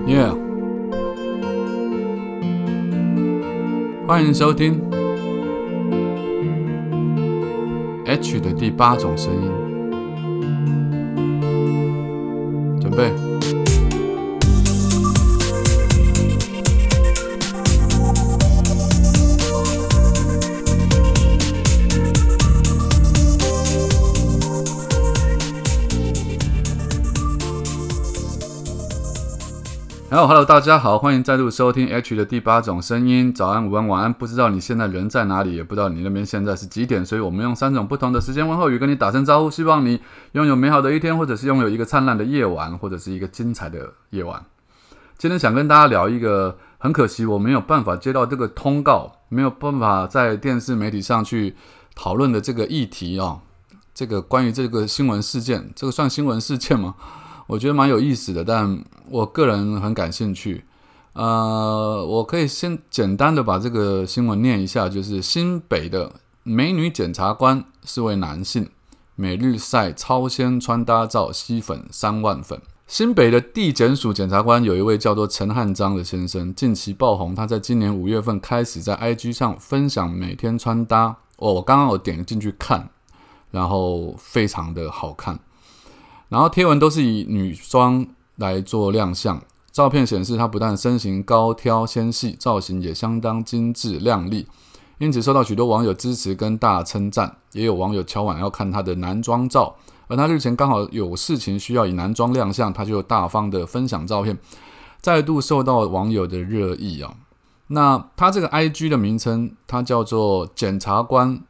Yeah， 欢迎收听 H 的第8种声音，准备。Hello， 大家好，欢迎再度收听 H 的第8种声音。早安、午安、晚安，不知道你现在人在哪里，也不知道你那边现在是几点，所以我们用3种不同的时间问候语跟你打声招呼，希望你拥有美好的一天，或者是拥有一个灿烂的夜晚，或者是一个精彩的夜晚。今天想跟大家聊一个，很可惜我没有办法接到这个通告，没有办法在电视媒体上去讨论的这个议题哦。这个关于这个新闻事件，这个算新闻事件吗？我觉得蛮有意思的，但我个人很感兴趣。我可以先简单的把这个新闻念一下，就是新北的美女检察官是位男性，每日晒超鲜穿搭照吸粉3万粉。新北的地检署检察官有一位叫做陈汉章的先生，近期爆红，他在今年5月份开始在 IG 上分享每天穿搭。我刚刚有点进去看，然后非常的好看。然后贴文都是以女装来做亮相，照片显示她不但身形高挑纤细，造型也相当精致亮丽，因此受到许多网友支持跟大称赞，也有网友敲碗要看她的男装照，而她日前刚好有事情需要以男装亮相，她就大方的分享照片，再度受到网友的热议啊。那她这个 IG 的名称，它叫做检察官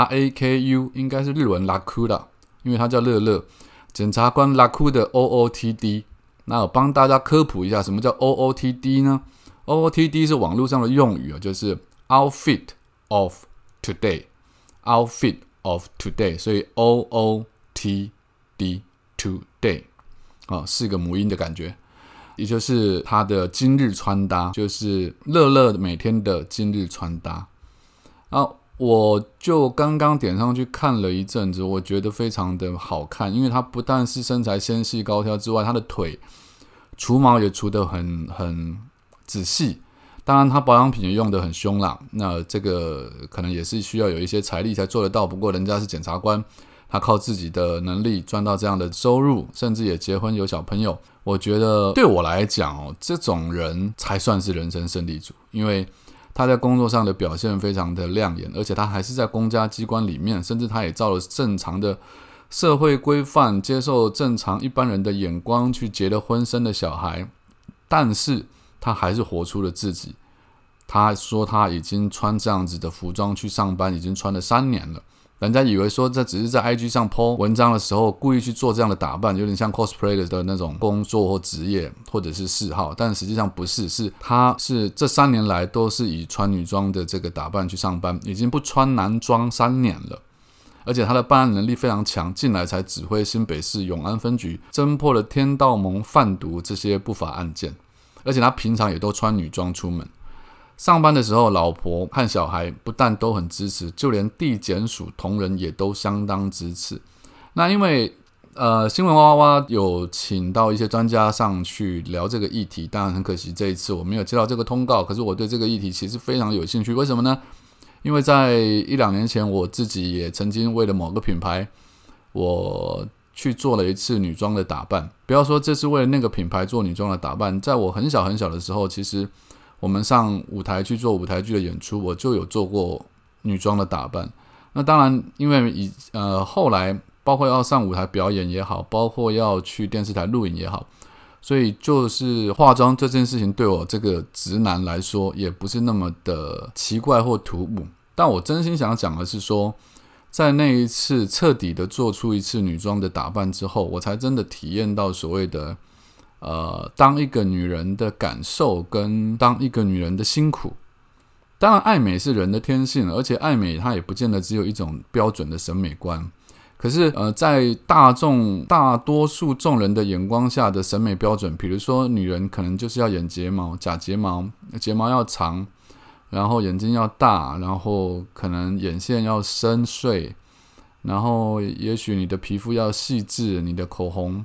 RAKU， 应该是日文 Rakuda， 因为它叫乐乐。检察官 Rakuda OOTD， 那我帮大家科普一下，什么叫 OOTD 呢？ OOTD 是网络上的用语，就是 Outfit of Today， Outfit of Today， 所以 OOTD Today， 是个母音的感觉，也就是他的今日穿搭，就是乐乐每天的今日穿搭。我就刚刚点上去看了一阵子，我觉得非常的好看，因为它不但是身材纤细高挑之外，它的腿除毛也除得很仔细，当然它保养品也用得很凶啦，那这个可能也是需要有一些财力才做得到，不过人家是检察官，他靠自己的能力赚到这样的收入，甚至也结婚有小朋友，我觉得对我来讲这种人才算是人生胜利组，因为他在工作上的表现非常的亮眼，而且他还是在公家机关里面，甚至他也照了正常的社会规范，接受正常一般人的眼光去结了婚生了小孩，但是他还是活出了自己。他说他已经穿这样子的服装去上班，已经穿了3年了。人家以为说这只是在 IG 上 po 文章的时候故意去做这样的打扮，有点像 cosplay 的那种工作或职业或者是嗜好，但实际上不是，是他是这3年来都是以穿女装的这个打扮去上班，已经不穿男装3年了。而且他的办案能力非常强，近来才指挥新北市永安分局侦破了天道盟贩毒这些不法案件，而且他平常也都穿女装出门。上班的时候，老婆和小孩不但都很支持，就连地检署同仁也都相当支持。那因为新闻哇哇有请到一些专家上去聊这个议题，当然很可惜这一次我没有接到这个通告，可是我对这个议题其实非常有兴趣。为什么呢？因为在1-2年前，我自己也曾经为了某个品牌，我去做了一次女装的打扮。不要说这是为了那个品牌做女装的打扮，在我很小很小的时候，其实我们上舞台去做舞台剧的演出，我就有做过女装的打扮。那当然，因为后来包括要上舞台表演也好，包括要去电视台录影也好，所以就是化妆这件事情对我这个直男来说也不是那么的奇怪或突兀。但我真心想讲的是说，在那一次彻底的做出一次女装的打扮之后，我才真的体验到所谓的当一个女人的感受跟当一个女人的辛苦。当然爱美是人的天性，而且爱美它也不见得只有一种标准的审美观。可是在大多数众人的眼光下的审美标准，比如说女人可能就是要眼睫毛、假睫毛，睫毛要长，然后眼睛要大，然后可能眼线要深邃，然后也许你的皮肤要细致，你的口红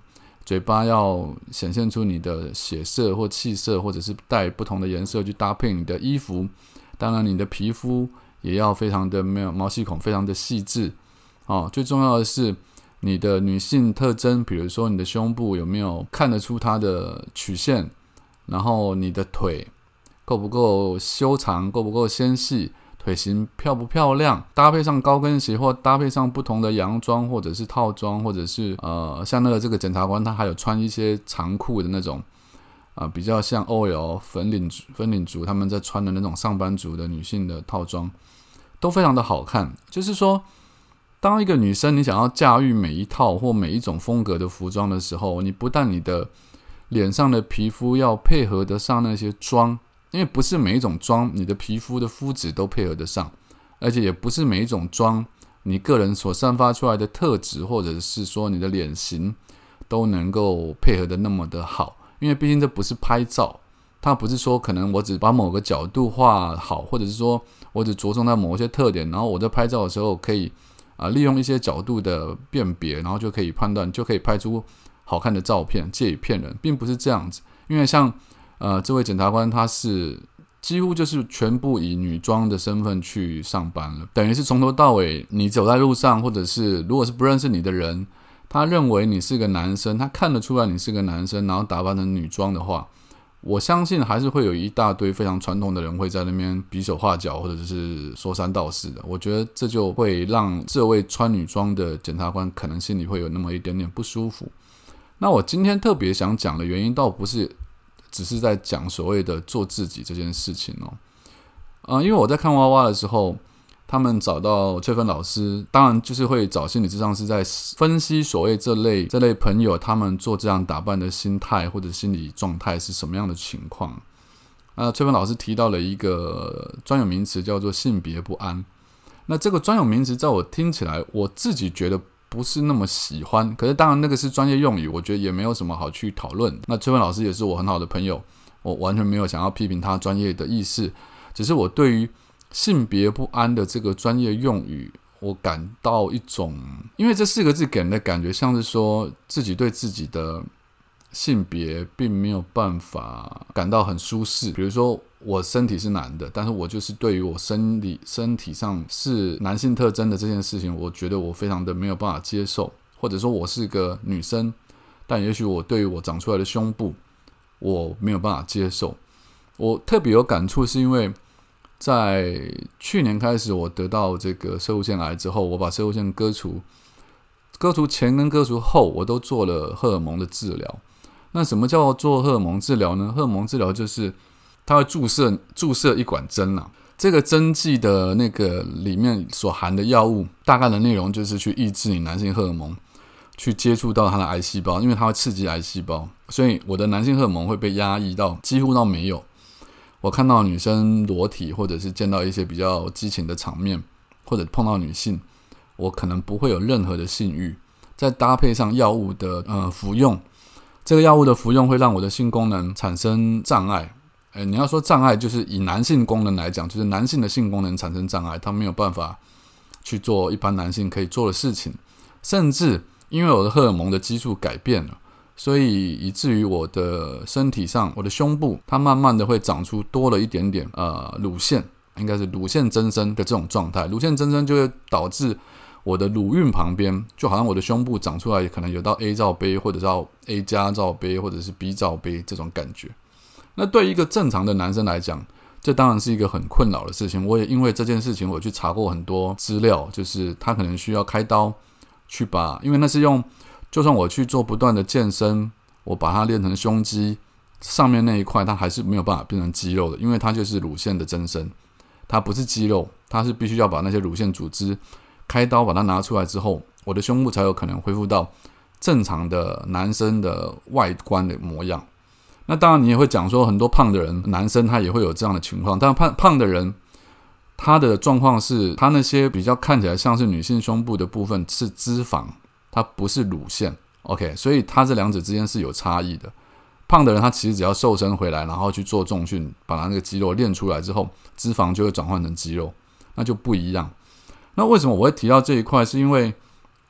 嘴巴要显现出你的血色或气色，或者是带不同的颜色去搭配你的衣服。当然你的皮肤也要非常的没有毛细孔，非常的细致最重要的是你的女性特征，比如说你的胸部有没有看得出它的曲线，然后你的腿够不够修长，够不够纤细，腿型漂不漂亮，搭配上高跟鞋或搭配上不同的洋装或者是套装，或者是像这个检察官他还有穿一些长裤的那种比较像 OL 粉领族他们在穿的那种上班族的女性的套装，都非常的好看。就是说当一个女生你想要驾驭每一套或每一种风格的服装的时候，你不但你的脸上的皮肤要配合得上那些妆，因为不是每一种妆你的皮肤的肤质都配合得上，而且也不是每一种妆你个人所散发出来的特质或者是说你的脸型都能够配合得那么的好。因为毕竟这不是拍照，它不是说可能我只把某个角度画好，或者是说我只着重在某些特点，然后我在拍照的时候可以利用一些角度的辨别，然后就可以判断，就可以拍出好看的照片，借以骗人，并不是这样子。因为像这位检察官他是几乎就是全部以女装的身份去上班了，等于是从头到尾你走在路上，或者是如果是不认识你的人，他认为你是个男生，他看得出来你是个男生，然后打扮成女装的话，我相信还是会有一大堆非常传统的人会在那边比手画脚，或者是说三道四的。我觉得这就会让这位穿女装的检察官可能心里会有那么一点点不舒服。那我今天特别想讲的原因倒不是只是在讲所谓的做自己这件事情因为我在看娃娃的时候，他们找到翠芬老师，当然就是会找心理咨商师在分析所谓这类朋友他们做这样打扮的心态或者心理状态是什么样的情况。翠芬老师提到了一个专有名词叫做性别不安。那这个专有名词在我听起来，我自己觉得不是那么喜欢，可是当然那个是专业用语，我觉得也没有什么好去讨论。那翠芬老师也是我很好的朋友，我完全没有想要批评他专业的意思，只是我对于性别不安的这个专业用语，我感到一种，因为这4个字给人的感觉像是说自己对自己的性别并没有办法感到很舒适。比如说我身体是男的，但是我就是对于我身体上是男性特征的这件事情，我觉得我非常的没有办法接受。或者说我是个女生，但也许我对于我长出来的胸部我没有办法接受。我特别有感触是因为在去年开始我得到这个攝護腺癌之后，我把攝護腺割除前跟割除后我都做了荷尔蒙的治疗。那什么叫做荷尔蒙治疗呢？荷尔蒙治疗就是它会注射一管针这个针剂的那个里面所含的药物大概的内容就是去抑制你男性荷尔蒙去接触到它的癌细胞，因为它会刺激癌细胞，所以我的男性荷尔蒙会被压抑到几乎到没有。我看到女生裸体，或者是见到一些比较激情的场面，或者碰到女性，我可能不会有任何的性欲。再搭配上药物的服用，这个药物的服用会让我的性功能产生障碍。你要说障碍，就是以男性功能来讲，就是男性的性功能产生障碍，他没有办法去做一般男性可以做的事情，甚至因为我的荷尔蒙的激素改变了，所以以至于我的身体上，我的胸部它慢慢的会长出多了一点点乳腺，应该是乳腺增生的这种状态。乳腺增生就会导致我的乳晕旁边，就好像我的胸部长出来可能有到 A 罩杯，或者到 A 加罩杯，或者是 B 罩杯这种感觉。那对一个正常的男生来讲，这当然是一个很困扰的事情。我也因为这件事情我去查过很多资料，就是他可能需要开刀去把，因为那是用，就算我去做不断的健身，我把它练成胸肌，上面那一块它还是没有办法变成肌肉的，因为它就是乳腺的增生，它不是肌肉，它是必须要把那些乳腺组织开刀把它拿出来之后，我的胸部才有可能恢复到正常的男生的外观的模样。那当然你也会讲说很多胖的人，男生他也会有这样的情况，但胖的人他的状况是，他那些比较看起来像是女性胸部的部分是脂肪，它不是乳腺。 OK， 所以他这两者之间是有差异的。胖的人他其实只要瘦身回来，然后去做重训，把他那个肌肉练出来之后，脂肪就会转换成肌肉，那就不一样。那为什么我会提到这一块，是因为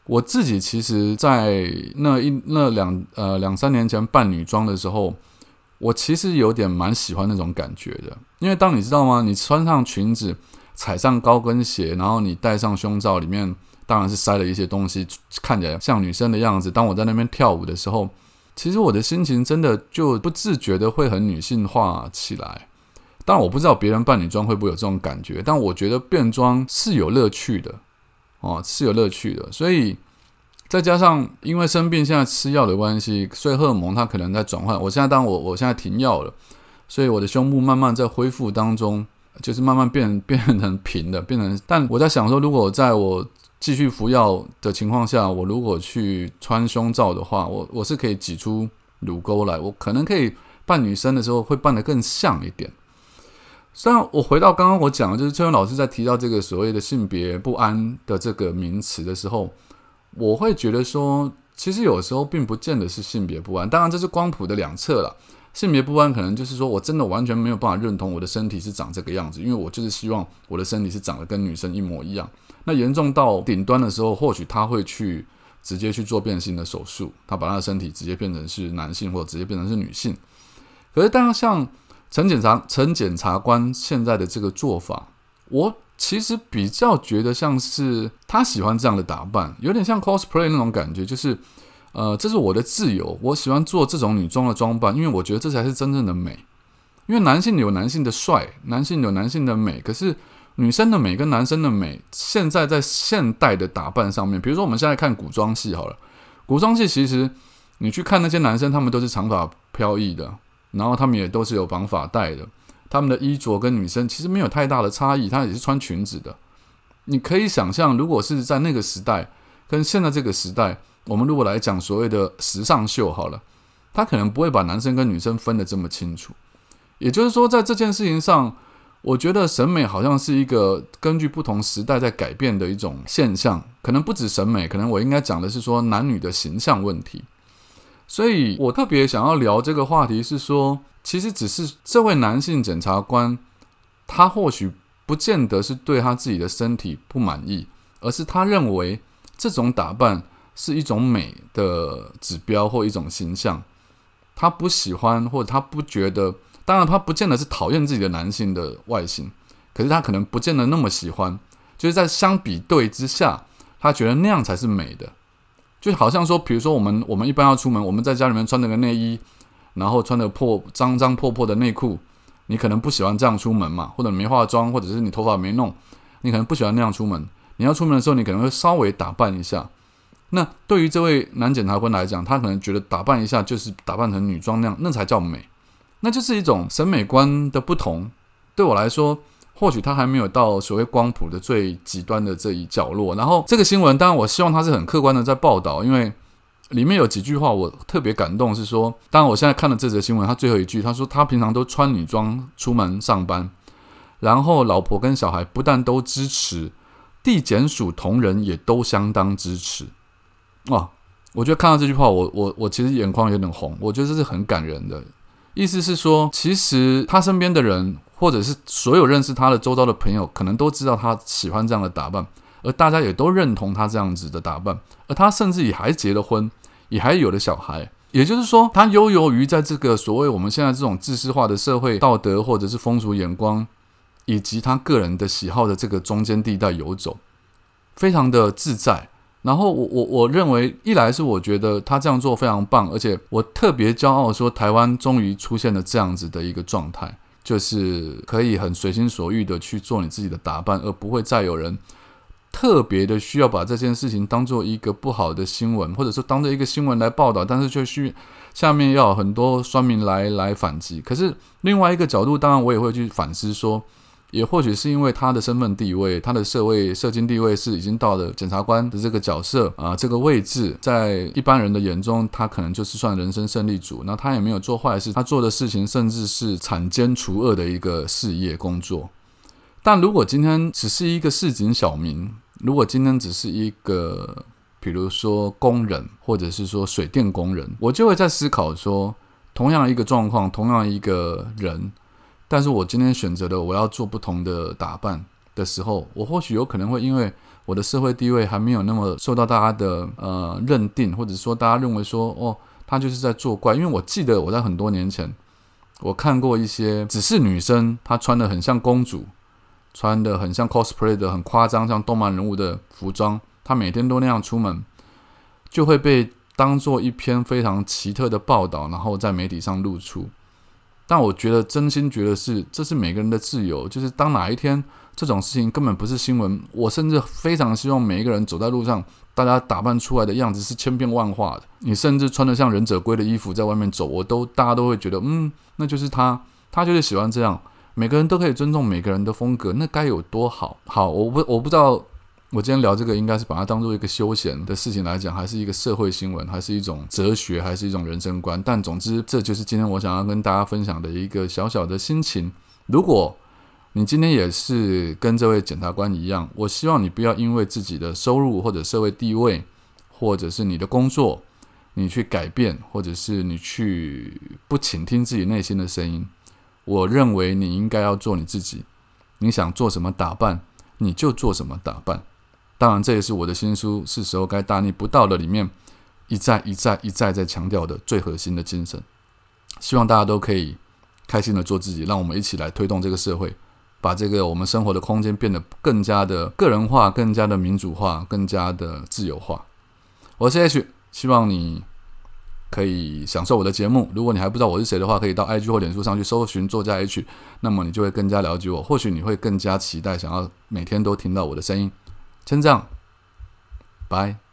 我自己其实在两三年前扮女装的时候，我其实有点蛮喜欢那种感觉的。因为当你知道吗，你穿上裙子，踩上高跟鞋，然后你戴上胸罩，里面当然是塞了一些东西，看起来像女生的样子。当我在那边跳舞的时候，其实我的心情真的就不自觉的会很女性化起来。当然我不知道别人扮女装会不会有这种感觉，但我觉得变装是有乐趣的是有乐趣的。所以再加上因为生病，现在吃药的关系，所以荷尔蒙它可能在转换。我现在停药了，所以我的胸部慢慢在恢复当中，就是慢慢变成平的，但我在想说，如果在我继续服药的情况下，我如果去穿胸罩的话，我是可以挤出乳沟来，我可能可以扮女生的时候会扮得更像一点。虽然我回到刚刚我讲的，就是崔文老师在提到这个所谓的性别不安的这个名词的时候，我会觉得说，其实有时候并不见得是性别不安。当然这是光谱的两侧啦。性别不安可能就是说我真的完全没有办法认同我的身体是长这个样子，因为我就是希望我的身体是长得跟女生一模一样。那严重到顶端的时候，或许他会直接去做变性的手术，他把他的身体直接变成是男性，或者直接变成是女性。可是当然像陈检察官现在的这个做法，我其实比较觉得像是他喜欢这样的打扮，有点像 cosplay 那种感觉，就是这是我的自由，我喜欢做这种女装的装扮，因为我觉得这才是真正的美。因为男性有男性的帅，男性有男性的美，可是女生的美跟男生的美，现在在现代的打扮上面，比如说我们现在看古装戏好了，古装戏其实你去看那些男生，他们都是长发飘逸的，然后他们也都是有绑发带的，他们的衣着跟女生其实没有太大的差异，他也是穿裙子的。你可以想象，如果是在那个时代跟现在这个时代，我们如果来讲所谓的时尚秀好了，他可能不会把男生跟女生分得这么清楚。也就是说，在这件事情上，我觉得审美好像是一个根据不同时代在改变的一种现象，可能不止审美，可能我应该讲的是说男女的形象问题。所以我特别想要聊这个话题是说，其实只是这位男性检察官，他或许不见得是对他自己的身体不满意，而是他认为这种打扮是一种美的指标或一种形象，他不喜欢或者他不觉得，当然他不见得是讨厌自己的男性的外形，可是他可能不见得那么喜欢，就是在相比对之下，他觉得那样才是美的。就好像说，比如说我们一般要出门，我们在家里面穿那个内衣，然后穿的脏脏破破的内裤，你可能不喜欢这样出门嘛，或者没化妆，或者是你头发没弄，你可能不喜欢那样出门。你要出门的时候，你可能会稍微打扮一下。那对于这位男检察官来讲，他可能觉得打扮一下就是打扮成女装那样，那才叫美。那就是一种审美观的不同。对我来说，或许他还没有到所谓光谱的最极端的这一角落。然后这个新闻，当然我希望他是很客观的在报道，因为里面有几句话我特别感动，是说，当然我现在看了这则新闻，他最后一句他说他平常都穿女装出门上班，然后老婆跟小孩不但都支持，地检署同仁也都相当支持。哇，我觉得看到这句话，我其实眼眶有点红，我觉得这是很感人的。意思是说，其实他身边的人，或者是所有认识他的周遭的朋友，可能都知道他喜欢这样的打扮，而大家也都认同他这样子的打扮，而他甚至也还结了婚，也还有了小孩。也就是说，他悠游于在这个所谓我们现在这种制式化的社会道德或者是风俗眼光，以及他个人的喜好的这个中间地带游走，非常的自在。然后我认为，一来是我觉得他这样做非常棒，而且我特别骄傲说，台湾终于出现了这样子的一个状态，就是可以很随心所欲的去做你自己的打扮，而不会再有人特别的需要把这件事情当做一个不好的新闻，或者说当做一个新闻来报道，但是却下面要有很多酸民来反击。可是另外一个角度，当然我也会去反思说，也或许是因为他的身份地位，他的社经地位是已经到了检察官的这个角色这个位置，在一般人的眼中，他可能就是算人生胜利组。那他也没有做坏事，他做的事情甚至是铲奸除恶的一个事业工作。但如果今天只是一个市井小民，如果今天只是一个比如说工人，或者是说水电工人，我就会在思考说，同样一个状况，同样一个人，但是我今天选择了我要做不同的打扮， 的时候，我或许有可能会因为我的社会地位还没有那么受到大家的认定，或者说大家认为说他就是在作怪。因为我记得我在很多年前我看过一些只是女生，她穿得很像公主，穿得很像 cosplay 的很夸张像动漫人物的服装，她每天都那样出门，就会被当作一篇非常奇特的报道，然后在媒体上露出。但我真心觉得这是每个人的自由，就是当哪一天这种事情根本不是新闻，我甚至非常希望每一个人走在路上，大家打扮出来的样子是千变万化的，你甚至穿得像忍者龟的衣服在外面走，大家都会觉得那就是他就是喜欢这样。每个人都可以尊重每个人的风格，那该有多好。好，我不知道我今天聊这个应该是把它当做一个休闲的事情来讲，还是一个社会新闻，还是一种哲学，还是一种人生观。但总之这就是今天我想要跟大家分享的一个小小的心情。如果你今天也是跟这位检察官一样，我希望你不要因为自己的收入或者社会地位，或者是你的工作，你去改变，或者是你去不倾听自己内心的声音。我认为你应该要做你自己，你想做什么打扮你就做什么打扮。当然这也是我的新书是时候该大逆不道的里面一再在强调的最核心的精神。希望大家都可以开心的做自己，让我们一起来推动这个社会，把这个我们生活的空间变得更加的个人化，更加的民主化，更加的自由化。我是 H， 希望你可以享受我的节目。如果你还不知道我是谁的话，可以到 IG 或脸书上去搜寻作家 H， 那么你就会更加了解我，或许你会更加期待想要每天都听到我的声音。先这样，拜。